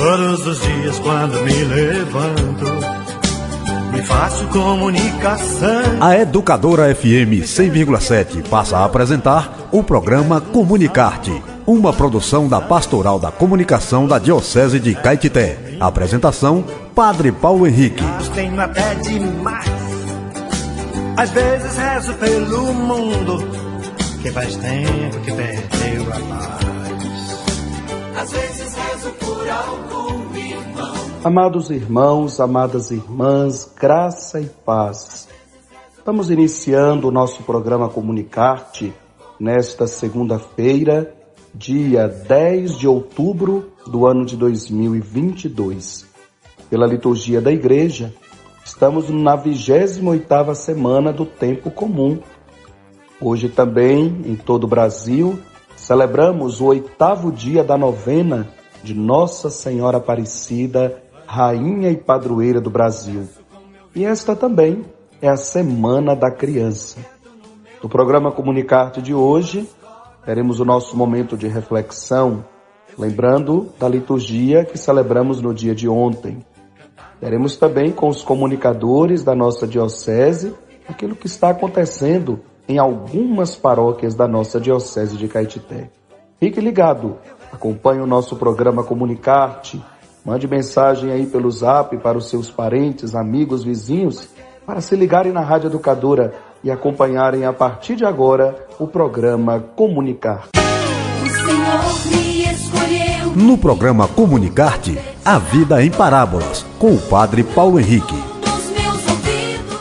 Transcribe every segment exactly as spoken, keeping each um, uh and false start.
Todos os dias quando me levanto, me faço comunicação. A Educadora F M cem vírgula sete passa a apresentar o programa Comunicarte, uma produção da Pastoral da Comunicação da Diocese de Caetité. Apresentação, Padre Paulo Henrique. Tenho até demais. Às vezes rezo pelo mundo, que faz tempo que perdeu a paz. Às vezes rezo por algum irmão. Amados irmãos, amadas irmãs, graça e paz. Estamos iniciando o nosso programa Comunicarte nesta segunda-feira, dia dez de outubro do ano de dois mil e vinte e dois. Pela liturgia da Igreja, estamos na vigésima oitava semana do Tempo Comum. Hoje também, em todo o Brasil, celebramos o oitavo dia da novena de Nossa Senhora Aparecida, Rainha e Padroeira do Brasil. E esta também é a Semana da Criança. No programa Comunicarte de hoje, teremos o nosso momento de reflexão, lembrando da liturgia que celebramos no dia de ontem. Teremos também com os comunicadores da nossa diocese aquilo que está acontecendo em algumas paróquias da nossa diocese de Caetité. Fique ligado, acompanhe o nosso programa Comunicarte, mande mensagem aí pelo Zap para os seus parentes, amigos, vizinhos, para se ligarem na Rádio Educadora e acompanharem a partir de agora o programa Comunicarte. O Senhor me escolheu. No programa Comunicarte, a vida em parábolas, com o Padre Paulo Henrique. Nos meus ouvidos.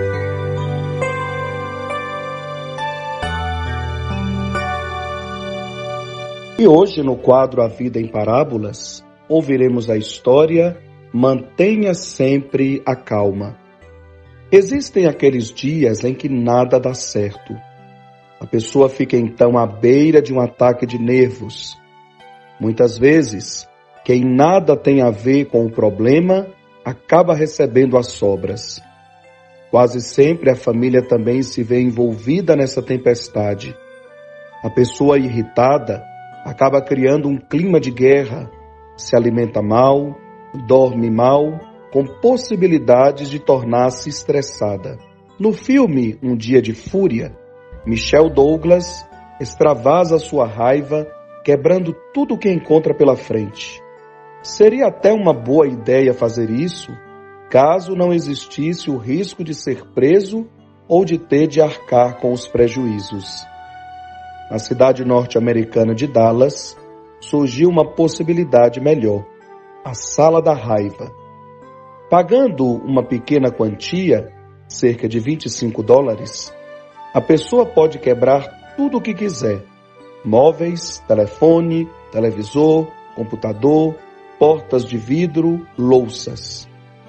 E hoje, no quadro A Vida em Parábolas, ouviremos a história Mantenha Sempre a Calma. Existem aqueles dias em que nada dá certo. A pessoa fica então à beira de um ataque de nervos. Muitas vezes, quem nada tem a ver com o problema acaba recebendo as sobras. Quase sempre a família também se vê envolvida nessa tempestade. A pessoa irritada acaba criando um clima de guerra, se alimenta mal, dorme mal, com possibilidades de tornar-se estressada. No filme Um Dia de Fúria, Michel Douglas extravasa sua raiva, quebrando tudo o que encontra pela frente. Seria até uma boa ideia fazer isso, caso não existisse o risco de ser preso ou de ter de arcar com os prejuízos. Na cidade norte-americana de Dallas, surgiu uma possibilidade melhor, a Sala da Raiva. Pagando uma pequena quantia, cerca de vinte e cinco dólares, a pessoa pode quebrar tudo o que quiser: móveis, telefone, televisor, computador, portas de vidro, louças.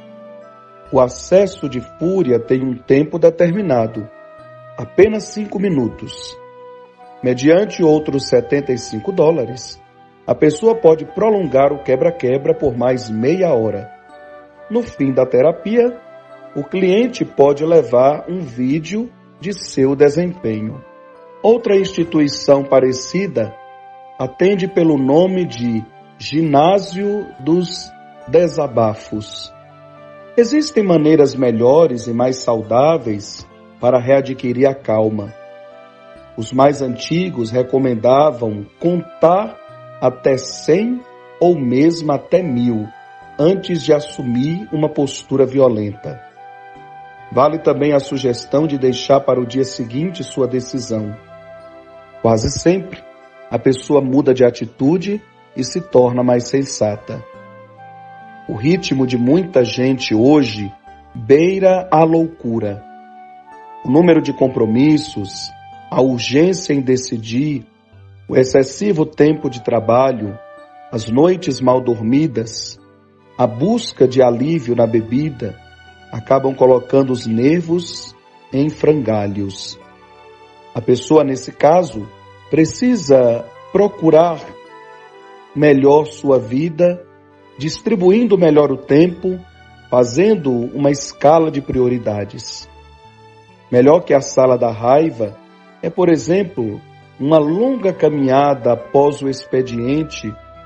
O acesso de fúria tem um tempo determinado, apenas cinco minutos. Mediante outros setenta e cinco dólares, a pessoa pode prolongar o quebra-quebra por mais meia hora. No fim da terapia, o cliente pode levar um vídeo de seu desempenho. Outra instituição parecida atende pelo nome de Ginásio dos Desabafos. Existem maneiras melhores e mais saudáveis para readquirir a calma. Os mais antigos recomendavam contar até cem ou mesmo até mil antes de assumir uma postura violenta. Vale também a sugestão de deixar para o dia seguinte sua decisão. Quase sempre, a pessoa muda de atitude e se torna mais sensata. O ritmo de muita gente hoje beira a loucura. O número de compromissos, a urgência em decidir, o excessivo tempo de trabalho, as noites mal dormidas, a busca de alívio na bebida, acabam colocando os nervos em frangalhos. A pessoa, nesse caso, precisa procurar melhor sua vida, distribuindo melhor o tempo, fazendo uma escala de prioridades. Melhor que a sala da raiva é, por exemplo, uma longa caminhada após o expediente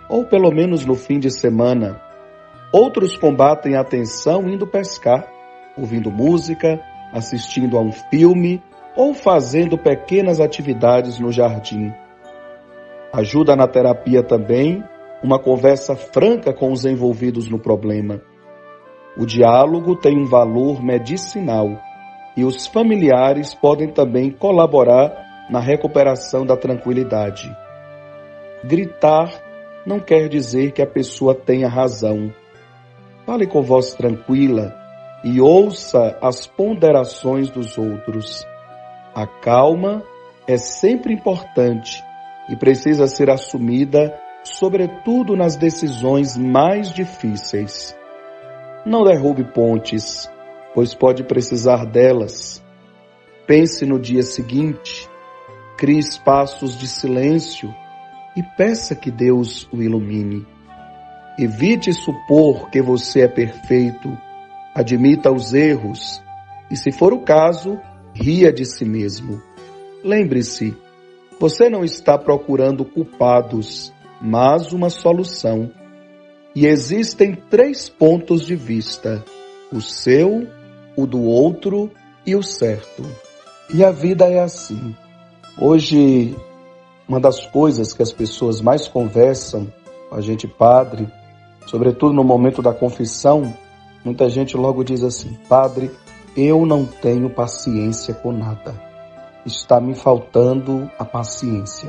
ou pelo menos no fim de semana. Outros combatem a tensão indo pescar, ouvindo música, assistindo a um filme ou fazendo pequenas atividades no jardim. Ajuda na terapia também uma conversa franca com os envolvidos no problema. O diálogo tem um valor medicinal e os familiares podem também colaborar na recuperação da tranquilidade. Gritar não quer dizer que a pessoa tenha razão. Fale com voz tranquila e ouça as ponderações dos outros. A calma é sempre importante e precisa ser assumida, sobretudo nas decisões mais difíceis. Não derrube pontes, pois pode precisar delas. Pense no dia seguinte, crie espaços de silêncio e peça que Deus o ilumine. Evite supor que você é perfeito, admita os erros e, se for o caso, ria de si mesmo. Lembre-se, você não está procurando culpados, mas uma solução. E existem três pontos de vista: o seu, o do outro e o certo. E a vida é assim. Hoje, uma das coisas que as pessoas mais conversam com a gente, padre, sobretudo no momento da confissão, muita gente logo diz assim: padre, eu não tenho paciência com nada. Está me faltando a paciência.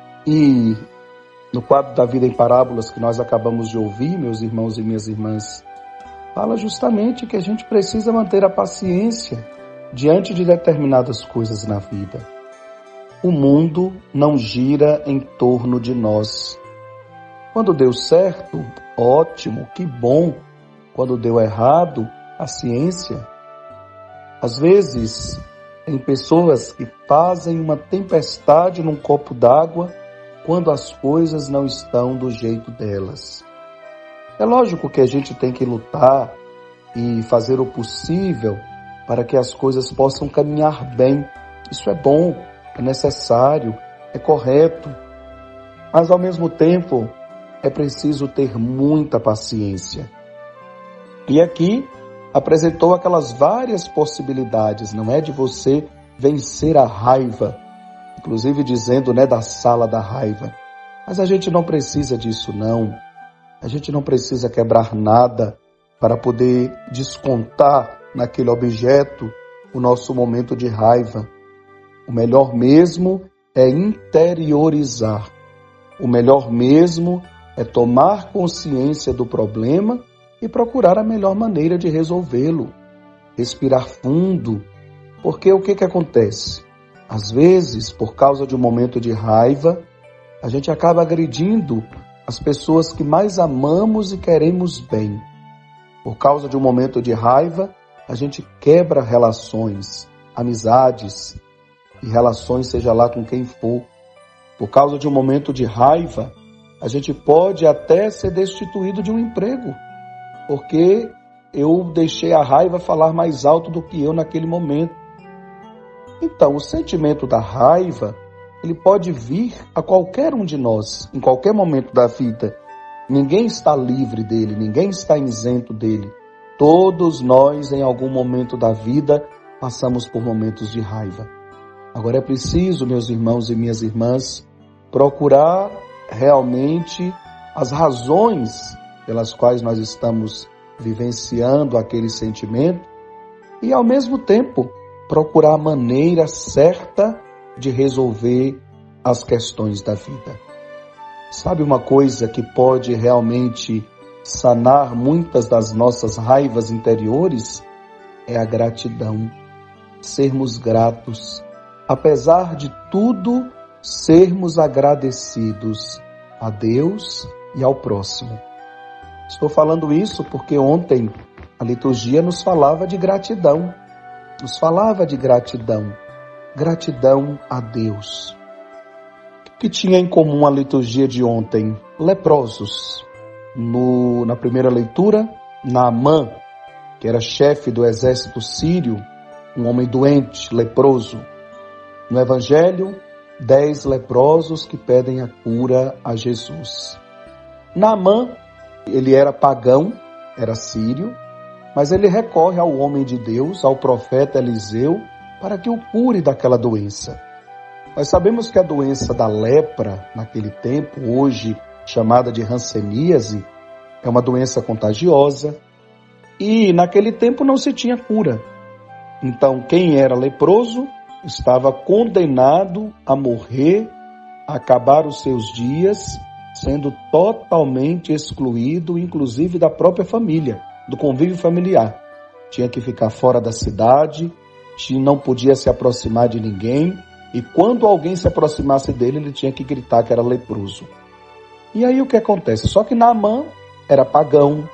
E no quadro da vida em parábolas que nós acabamos de ouvir, meus irmãos e minhas irmãs, fala justamente que a gente precisa manter a paciência diante de determinadas coisas na vida. O mundo não gira em torno de nós. Quando deu certo, ótimo, que bom. Quando deu errado, paciência. Às vezes, tem pessoas que fazem uma tempestade num copo d'água quando as coisas não estão do jeito delas. É lógico que a gente tem que lutar e fazer o possível para que as coisas possam caminhar bem. Isso é bom, é necessário, é correto. Mas, ao mesmo tempo, é preciso ter muita paciência. E aqui apresentou aquelas várias possibilidades, não é, de você vencer a raiva, inclusive dizendo, né, da sala da raiva. Mas a gente não precisa disso, não. A gente não precisa quebrar nada para poder descontar naquele objeto o nosso momento de raiva. O melhor mesmo é interiorizar. O melhor mesmo é tomar consciência do problema e procurar a melhor maneira de resolvê-lo. Respirar fundo, porque o que que acontece? Às vezes, por causa de um momento de raiva, a gente acaba agredindo as pessoas que mais amamos e queremos bem. Por causa de um momento de raiva, a gente quebra relações, amizades e relações, seja lá com quem for. Por causa de um momento de raiva, a gente pode até ser destituído de um emprego, porque eu deixei a raiva falar mais alto do que eu naquele momento. Então, o sentimento da raiva, ele pode vir a qualquer um de nós, em qualquer momento da vida. Ninguém está livre dele, ninguém está isento dele. Todos nós, em algum momento da vida, passamos por momentos de raiva. Agora é preciso, meus irmãos e minhas irmãs, procurar realmente as razões pelas quais nós estamos vivenciando aquele sentimento e, ao mesmo tempo, procurar a maneira certa de resolver as questões da vida. Sabe uma coisa que pode realmente sanar muitas das nossas raivas interiores? É a gratidão. Sermos gratos. Apesar de tudo, sermos agradecidos a Deus e ao próximo. Estou falando isso porque ontem a liturgia nos falava de gratidão. Nos falava de gratidão. Gratidão a Deus. O que tinha em comum a liturgia de ontem? Leprosos. No, na primeira leitura, Naamã, que era chefe do exército sírio, um homem doente, leproso. No Evangelho, dez leprosos que pedem a cura a Jesus. Naamã, ele era pagão, era sírio, mas ele recorre ao homem de Deus, ao profeta Eliseu, para que o cure daquela doença. Nós sabemos que a doença da lepra, naquele tempo, hoje chamada de hanseníase, é uma doença contagiosa e naquele tempo não se tinha cura. Então, quem era leproso estava condenado a morrer, a acabar os seus dias, sendo totalmente excluído, inclusive da própria família, do convívio familiar. Tinha que ficar fora da cidade, não podia se aproximar de ninguém, e quando alguém se aproximasse dele, ele tinha que gritar que era leproso. E aí o que acontece? Só que Naamã era pagão,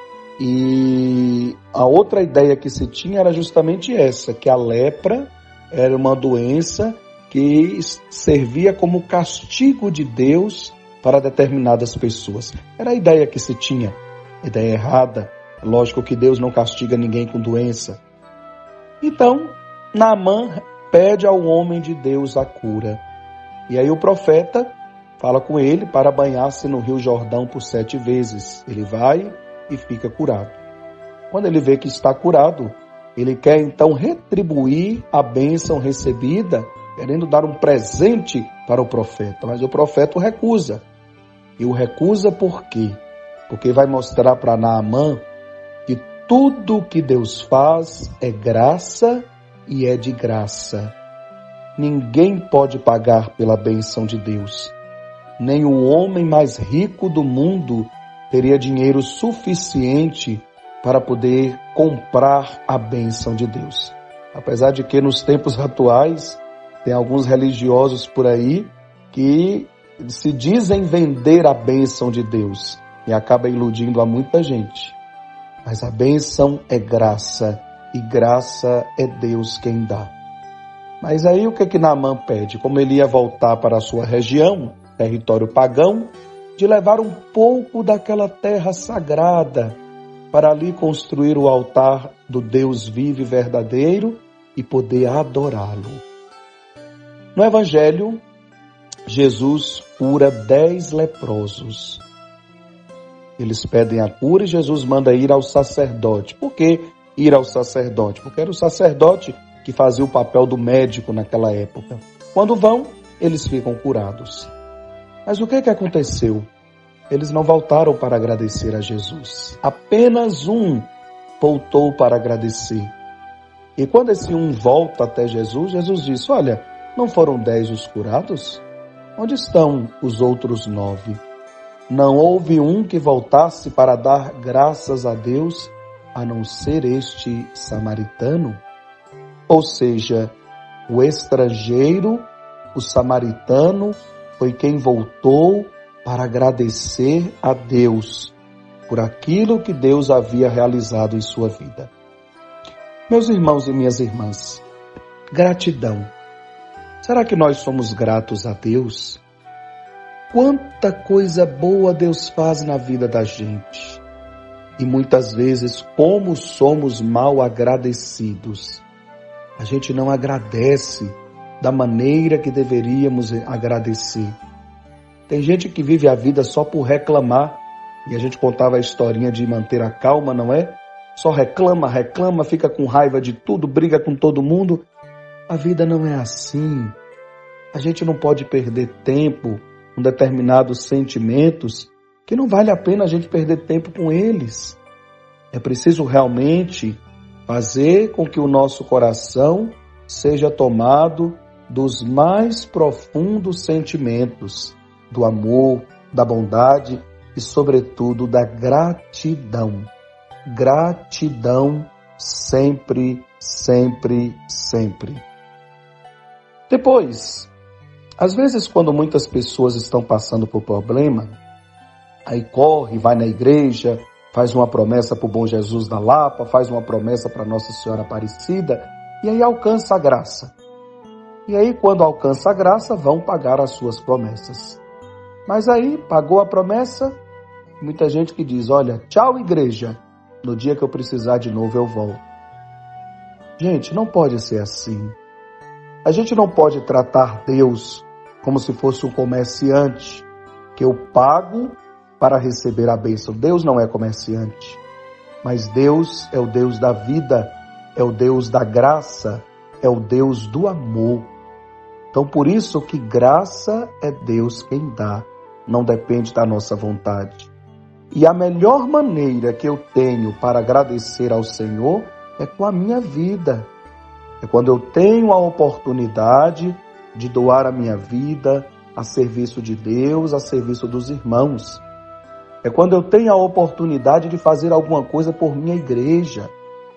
e a outra ideia que se tinha era justamente essa, que a lepra era uma doença que servia como castigo de Deus para determinadas pessoas. Era a ideia que se tinha, ideia errada. Lógico que Deus não castiga ninguém com doença. Então, Naamã pede ao homem de Deus a cura. E aí o profeta fala com ele para banhar-se no rio Jordão por sete vezes. Ele vai e fica curado. Quando ele vê que está curado, ele quer então retribuir a bênção recebida, querendo dar um presente para o profeta. Mas o profeta o recusa. E o recusa por quê? Porque vai mostrar para Naamã que tudo que Deus faz é graça e é de graça. Ninguém pode pagar pela bênção de Deus. Nem o homem mais rico do mundo teria dinheiro suficiente para poder comprar a bênção de Deus. Apesar de que nos tempos atuais tem alguns religiosos por aí que se dizem vender a bênção de Deus e acaba iludindo a muita gente. Mas a bênção é graça e graça é Deus quem dá. Mas aí o que que Naamã pede? Como ele ia voltar para a sua região, território pagão, de levar um pouco daquela terra sagrada para ali construir o altar do Deus vivo e verdadeiro e poder adorá-lo. No Evangelho, Jesus cura dez leprosos. Eles pedem a cura e Jesus manda ir ao sacerdote. Por que ir ao sacerdote? Porque era o sacerdote que fazia o papel do médico naquela época. Quando vão, eles ficam curados. Mas o que que aconteceu? Eles não voltaram para agradecer a Jesus. Apenas um voltou para agradecer. E quando esse um volta até Jesus, Jesus disse, olha, não foram dez os curados? Onde estão os outros nove? Não houve um que voltasse para dar graças a Deus, a não ser este samaritano? Ou seja, o estrangeiro, o samaritano, foi quem voltou para agradecer a Deus por aquilo que Deus havia realizado em sua vida. Meus irmãos e minhas irmãs, gratidão. Será que nós somos gratos a Deus? Quanta coisa boa Deus faz na vida da gente. E muitas vezes, como somos mal agradecidos. A gente não agradece da maneira que deveríamos agradecer. Tem gente que vive a vida só por reclamar. E a gente contava a historinha de manter a calma, não é? Só reclama, reclama, fica com raiva de tudo, briga com todo mundo. A vida não é assim. A gente não pode perder tempo com determinados sentimentos que não vale a pena a gente perder tempo com eles. É preciso realmente fazer com que o nosso coração seja tomado dos mais profundos sentimentos, do amor, da bondade e, sobretudo, da gratidão. Gratidão sempre, sempre, sempre. Depois, às vezes quando muitas pessoas estão passando por problema, aí corre, vai na igreja, faz uma promessa para o bom Jesus da Lapa, faz uma promessa para Nossa Senhora Aparecida, e aí alcança a graça. E aí quando alcança a graça, vão pagar as suas promessas. Mas aí, pagou a promessa, muita gente que diz, olha, tchau igreja, no dia que eu precisar de novo eu volto. Gente, não pode ser assim. A gente não pode tratar Deus como se fosse um comerciante, que eu pago para receber a bênção. Deus não é comerciante, mas Deus é o Deus da vida, é o Deus da graça, é o Deus do amor. Então, por isso que graça é Deus quem dá, não depende da nossa vontade. E a melhor maneira que eu tenho para agradecer ao Senhor é com a minha vida. É quando eu tenho a oportunidade de doar a minha vida a serviço de Deus, a serviço dos irmãos. É quando eu tenho a oportunidade de fazer alguma coisa por minha igreja.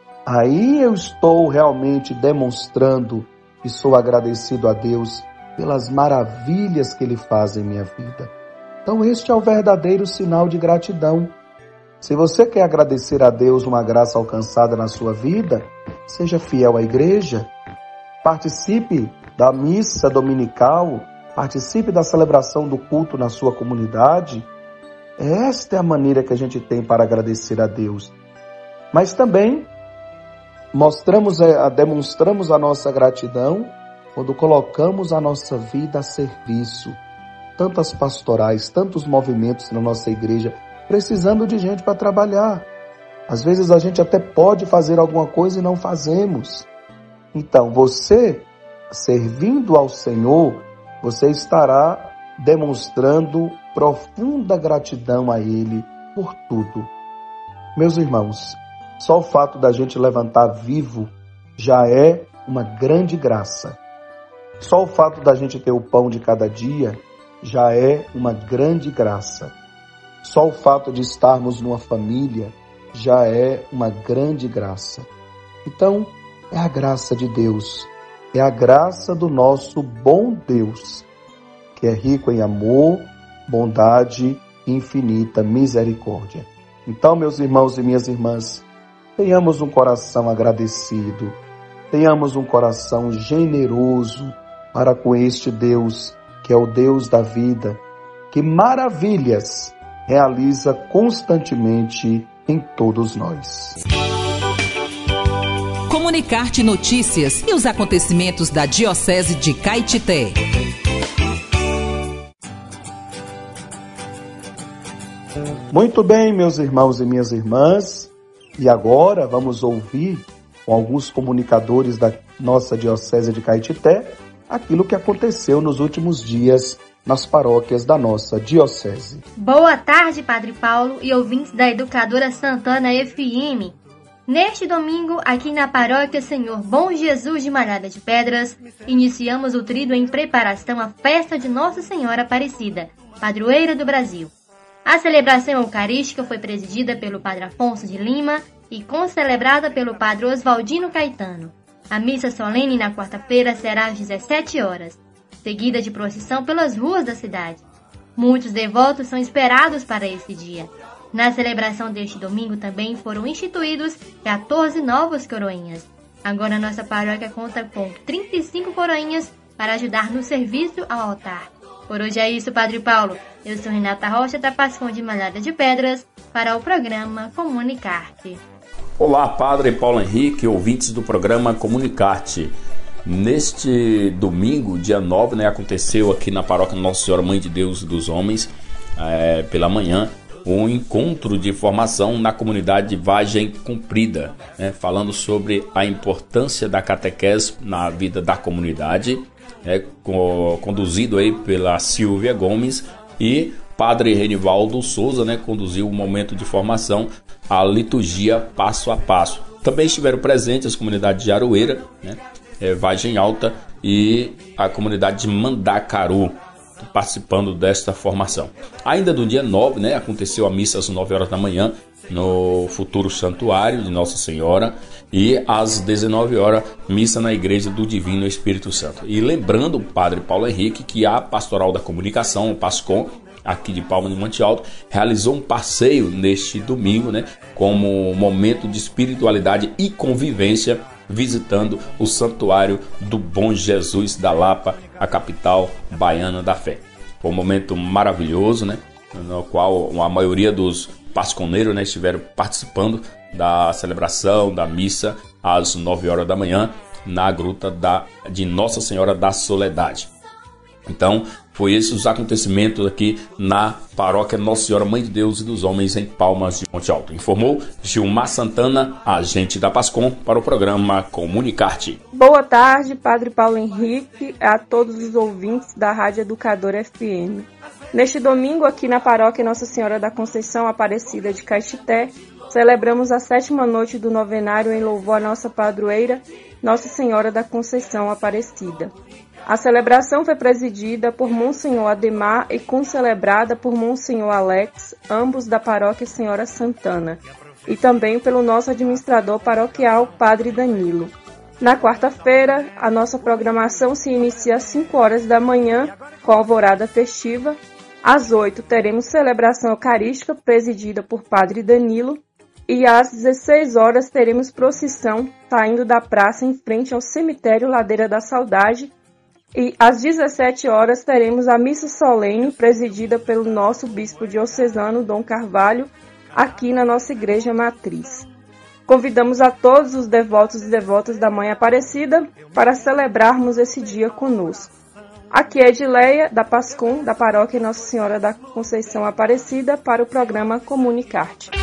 Aí eu estou realmente demonstrando que sou agradecido a Deus pelas maravilhas que Ele faz em minha vida. Então este é o verdadeiro sinal de gratidão. Se você quer agradecer a Deus uma graça alcançada na sua vida, seja fiel à igreja, participe da missa dominical, participe da celebração do culto na sua comunidade. Esta é a maneira que a gente tem para agradecer a Deus. Mas também mostramos, demonstramos a nossa gratidão quando colocamos a nossa vida a serviço. Tantas pastorais, tantos movimentos na nossa igreja, precisando de gente para trabalhar. Às vezes a gente até pode fazer alguma coisa e não fazemos. Então, você, servindo ao Senhor, você estará demonstrando profunda gratidão a Ele por tudo. Meus irmãos, só o fato da gente levantar vivo já é uma grande graça. Só o fato da gente ter o pão de cada dia já é uma grande graça. Só o fato de estarmos numa família já é uma grande graça. Então, é a graça de Deus, é a graça do nosso bom Deus, que é rico em amor, bondade e infinita misericórdia. Então, meus irmãos e minhas irmãs, tenhamos um coração agradecido, tenhamos um coração generoso para com este Deus, que é o Deus da vida, que maravilhas realiza constantemente em todos nós. Comunicar-te notícias e os acontecimentos da Diocese de Caetité. Muito bem, meus irmãos e minhas irmãs, e agora vamos ouvir com alguns comunicadores da nossa Diocese de Caetité aquilo que aconteceu nos últimos dias nas paróquias da nossa Diocese. Boa tarde, Padre Paulo e ouvintes da Educadora Santana F M. Neste domingo, aqui na Paróquia Senhor Bom Jesus de Malhada de Pedras, iniciamos o tríduo em preparação à festa de Nossa Senhora Aparecida, padroeira do Brasil. A celebração eucarística foi presidida pelo Padre Afonso de Lima e concelebrada pelo Padre Oswaldino Caetano. A missa solene na quarta-feira será às dezessete horas, seguida de procissão pelas ruas da cidade. Muitos devotos são esperados para esse dia. Na celebração deste domingo também foram instituídos quatorze novos coroinhas. Agora nossa paróquia conta com trinta e cinco coroinhas para ajudar no serviço ao altar. Por hoje é isso, Padre Paulo. Eu sou Renata Rocha, da Pascão de Malhada de Pedras, para o programa Comunicarte. Olá, Padre Paulo Henrique, ouvintes do programa Comunicarte. Neste domingo, dia nove, né, aconteceu aqui na paróquia Nossa Senhora Mãe de Deus dos Homens, é, pela manhã, um encontro de formação na comunidade Vagem Cumprida, né, falando sobre a importância da catequese na vida da comunidade, né, co- conduzido aí pela Silvia Gomes, e Padre Renivaldo Souza, né, conduziu o momento de formação, a liturgia passo a passo. Também estiveram presentes as comunidades de Aroeira, né, é, Vargem Alta e a comunidade de Mandacaru, participando desta formação. Ainda no dia nove, né, aconteceu a missa às nove horas da manhã no futuro santuário de Nossa Senhora, e às dezenove horas missa na Igreja do Divino Espírito Santo. E lembrando o Padre Paulo Henrique que a Pastoral da Comunicação, o PASCOM, aqui de Palma de Monte Alto, realizou um passeio neste domingo, né, como momento de espiritualidade e convivência, visitando o Santuário do Bom Jesus da Lapa, a capital baiana da fé. Foi um momento maravilhoso, né, no qual a maioria dos pasconeiros, né, estiveram participando da celebração da missa às nove horas da manhã na gruta da, de Nossa Senhora da Soledade. Então, foi esses os acontecimentos aqui na paróquia Nossa Senhora Mãe de Deus e dos Homens em Palmas de Monte Alto. Informou Gilmar Santana, agente da Pascom, para o programa Comunicarte. Boa tarde, Padre Paulo Henrique, a todos os ouvintes da Rádio Educadora F M. Neste domingo, aqui na paróquia Nossa Senhora da Conceição Aparecida de Caetité, celebramos a sétima noite do novenário em louvor à nossa padroeira, Nossa Senhora da Conceição Aparecida. A celebração foi presidida por Monsenhor Ademar e concelebrada por Monsenhor Alex, ambos da paróquia Senhora Santana, e também pelo nosso administrador paroquial, Padre Danilo. Na quarta-feira, a nossa programação se inicia às cinco horas da manhã, com alvorada festiva. Às oito, teremos celebração eucarística presidida por Padre Danilo. E às dezesseis horas, teremos procissão saindo da praça em frente ao cemitério Ladeira da Saudade. E às dezessete horas, teremos a missa solene presidida pelo nosso bispo diocesano, Dom Carvalho, aqui na nossa igreja matriz. Convidamos a todos os devotos e devotas da Mãe Aparecida para celebrarmos esse dia conosco. Aqui é Edileia, da Pascom, da paróquia Nossa Senhora da Conceição Aparecida, para o programa Comunicarte.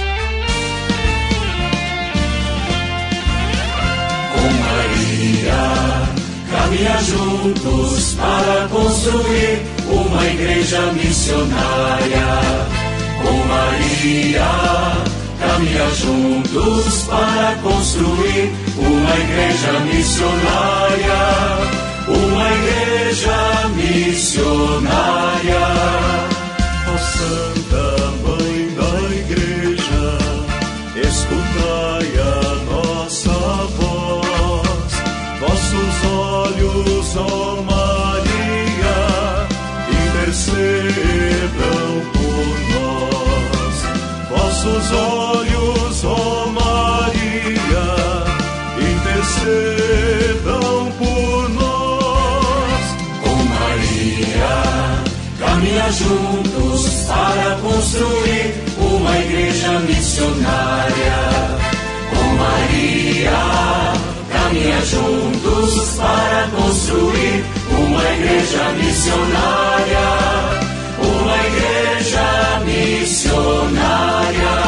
Com Maria, caminha juntos para construir uma igreja missionária. Com Maria, caminha juntos para construir uma igreja missionária. Uma igreja missionária. Ó Santa Mãe da Igreja, escutai a nossa voz. Nossos olhos, ó Maria, intercedam por nós. Vossos olhos, ó Maria, intercedam por nós. Caminha juntos para construir uma igreja missionária. Com Maria, caminha juntos para construir uma igreja missionária. Uma igreja missionária.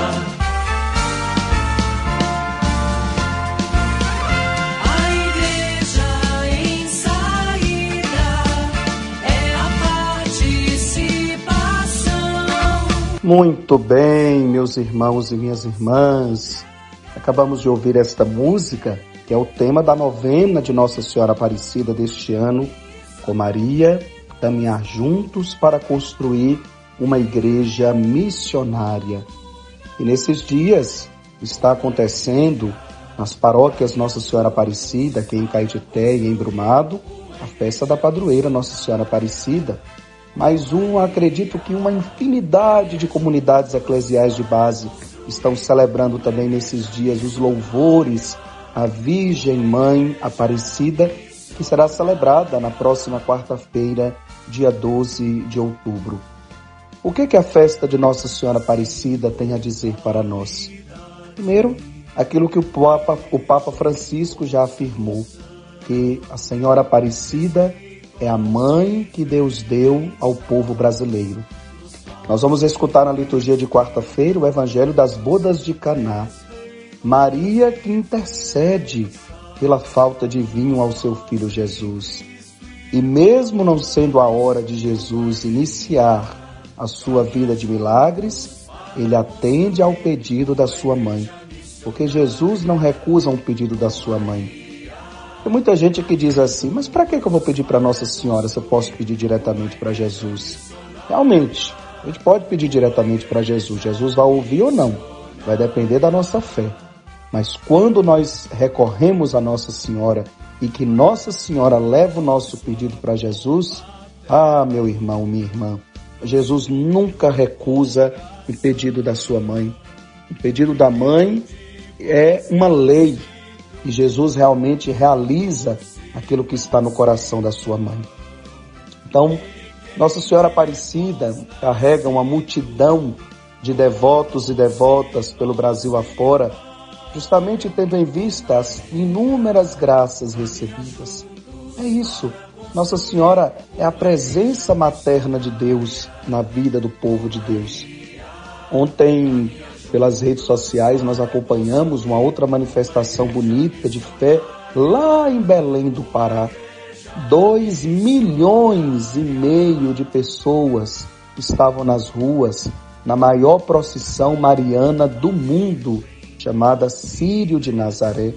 Muito bem, meus irmãos e minhas irmãs. Acabamos de ouvir esta música, que é o tema da novena de Nossa Senhora Aparecida deste ano, com Maria, caminhar juntos para construir uma igreja missionária. E nesses dias está acontecendo nas paróquias Nossa Senhora Aparecida, aqui em Caetité e em Brumado, a festa da padroeira Nossa Senhora Aparecida. Mais um, acredito que uma infinidade de comunidades eclesiais de base estão celebrando também nesses dias os louvores à Virgem Mãe Aparecida, que será celebrada na próxima quarta-feira, dia doze de outubro. O que que a festa de Nossa Senhora Aparecida tem a dizer para nós? Primeiro, aquilo que o Papa, o Papa Francisco já afirmou, que a Senhora Aparecida é a mãe que Deus deu ao povo brasileiro. Nós vamos escutar na liturgia de quarta-feira o Evangelho das Bodas de Caná. Maria que intercede pela falta de vinho ao seu filho Jesus. E mesmo não sendo a hora de Jesus iniciar a sua vida de milagres, ele atende ao pedido da sua mãe, porque Jesus não recusa um pedido da sua mãe. Tem muita gente que diz assim, mas para que eu vou pedir para Nossa Senhora se eu posso pedir diretamente para Jesus? Realmente, a gente pode pedir diretamente para Jesus. Jesus vai ouvir ou não, vai depender da nossa fé. Mas quando nós recorremos a Nossa Senhora e que Nossa Senhora leva o nosso pedido para Jesus, ah, meu irmão, minha irmã, Jesus nunca recusa o pedido da sua mãe. O pedido da mãe é uma lei. E Jesus realmente realiza aquilo que está no coração da sua mãe. Então, Nossa Senhora Aparecida carrega uma multidão de devotos e devotas pelo Brasil afora, justamente tendo em vista as inúmeras graças recebidas. É isso. Nossa Senhora é a presença materna de Deus na vida do povo de Deus. Ontem, pelas redes sociais, nós acompanhamos uma outra manifestação bonita de fé lá em Belém do Pará. Dois milhões e meio de pessoas estavam nas ruas na maior procissão mariana do mundo, chamada Círio de Nazaré.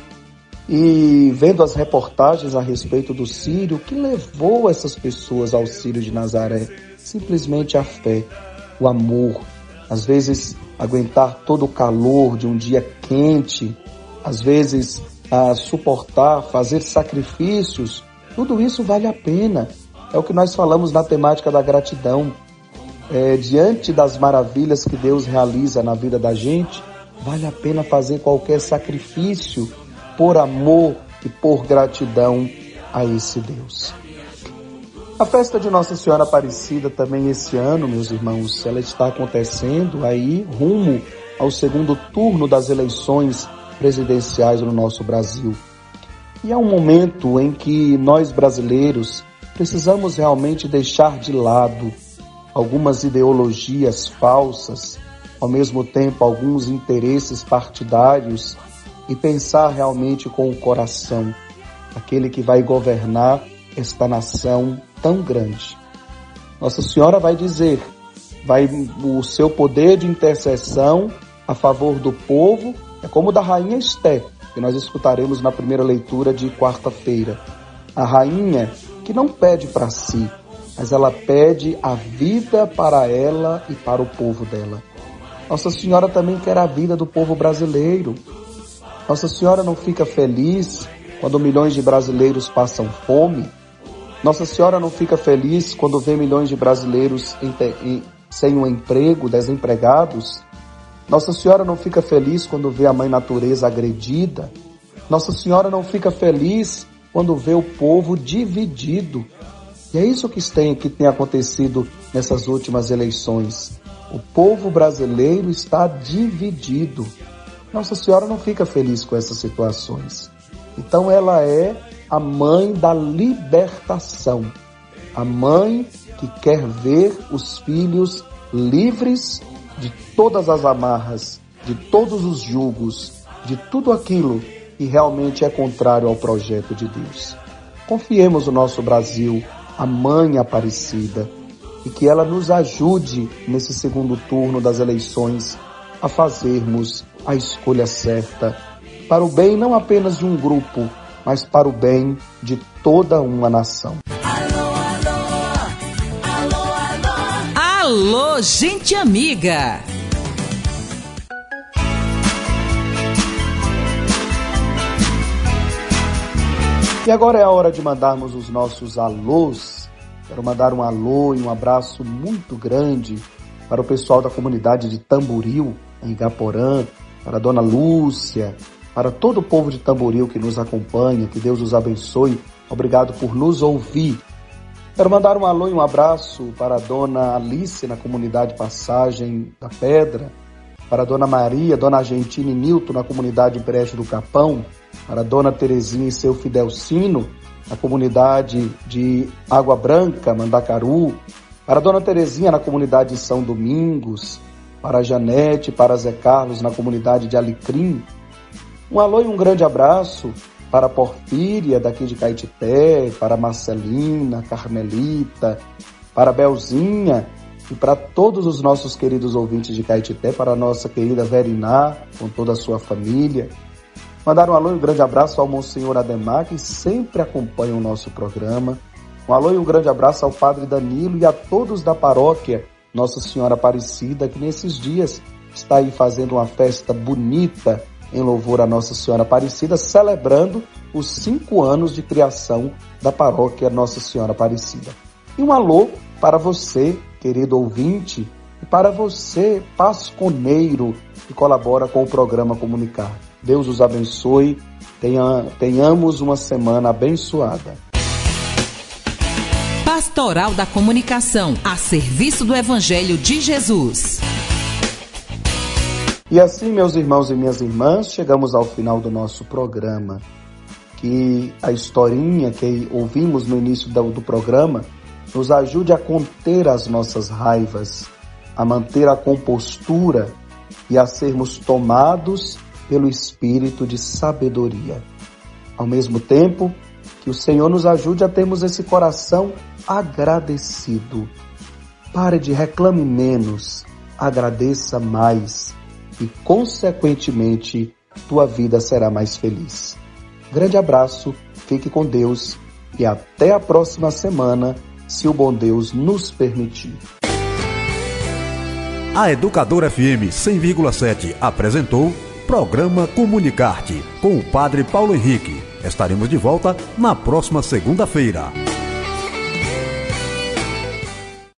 E vendo as reportagens a respeito do Círio, o que levou essas pessoas ao Círio de Nazaré? Simplesmente a fé, o amor. Às vezes, aguentar todo o calor de um dia quente, às vezes, a suportar, fazer sacrifícios, tudo isso vale a pena. É o que nós falamos na temática da gratidão. É, diante das maravilhas que Deus realiza na vida da gente, vale a pena fazer qualquer sacrifício por amor e por gratidão a esse Deus. A festa de Nossa Senhora Aparecida também esse ano, meus irmãos, ela está acontecendo aí rumo ao segundo turno das eleições presidenciais no nosso Brasil. E é um momento em que nós brasileiros precisamos realmente deixar de lado algumas ideologias falsas, ao mesmo tempo alguns interesses partidários, e pensar realmente com o coração, aquele que vai governar esta nação tão grande. Nossa Senhora vai dizer, vai o seu poder de intercessão a favor do povo é como o da rainha Esté, que nós escutaremos na primeira leitura de quarta-feira. A rainha que não pede para si, mas ela pede a vida para ela e para o povo dela. Nossa Senhora também quer a vida do povo brasileiro. Nossa Senhora não fica feliz quando milhões de brasileiros passam fome. Nossa Senhora não fica feliz quando vê milhões de brasileiros em, em, sem um emprego, desempregados. Nossa Senhora não fica feliz quando vê a Mãe Natureza agredida. Nossa Senhora não fica feliz quando vê o povo dividido. E é isso que tem, que tem acontecido nessas últimas eleições. O povo brasileiro está dividido. Nossa Senhora não fica feliz com essas situações. Então ela é a mãe da libertação. A mãe que quer ver os filhos livres de todas as amarras, de todos os julgos, de tudo aquilo que realmente é contrário ao projeto de Deus. Confiemos no nosso Brasil, a Mãe Aparecida, e que ela nos ajude nesse segundo turno das eleições a fazermos a escolha certa, para o bem não apenas de um grupo, mas para o bem de toda uma nação. Alô, alô, alô, alô. Alô, gente amiga! E agora é a hora de mandarmos os nossos alôs. Quero mandar um alô e um abraço muito grande para o pessoal da comunidade de Tamboril, em Igaporã, para a dona Lúcia, para todo o povo de Tamboril que nos acompanha, que Deus os abençoe. Obrigado por nos ouvir. Quero mandar um alô e um abraço para a dona Alice, na comunidade Passagem da Pedra, para a dona Maria, dona Argentina e Nilton, na comunidade Brejo do Capão, para a dona Terezinha e seu Fidelcino, na comunidade de Água Branca, Mandacaru, para a dona Terezinha, na comunidade de São Domingos, para a Janete, para Zé Carlos, na comunidade de Alecrim. Um alô e um grande abraço para a Porfíria, daqui de Caetité, para a Marcelina, Carmelita, para a Belzinha e para todos os nossos queridos ouvintes de Caetité, para a nossa querida Veriná, com toda a sua família. Mandar um alô e um grande abraço ao Monsenhor Ademar, que sempre acompanha o nosso programa. Um alô e um grande abraço ao Padre Danilo e a todos da paróquia Nossa Senhora Aparecida, que nesses dias está aí fazendo uma festa bonita em louvor a Nossa Senhora Aparecida, celebrando os cinco anos de criação da paróquia Nossa Senhora Aparecida. E um alô para você, querido ouvinte, e para você, pasconeiro, que colabora com o programa Comunicar. Deus os abençoe, tenha, tenhamos uma semana abençoada. Pastoral da Comunicação, a serviço do Evangelho de Jesus. E assim, meus irmãos e minhas irmãs, chegamos ao final do nosso programa. que a historinha que ouvimos no início do, do programa nos ajude a conter as nossas raivas, a manter a compostura e a sermos tomados pelo espírito de sabedoria. Ao mesmo tempo, que o Senhor nos ajude a termos esse coração agradecido. Pare de reclame menos, agradeça mais e, consequentemente, tua vida será mais feliz. Grande abraço, fique com Deus e até a próxima semana, se o bom Deus nos permitir. A Educadora F M cem vírgula sete apresentou Programa Comunicarte com o Padre Paulo Henrique. Estaremos de volta na próxima segunda-feira.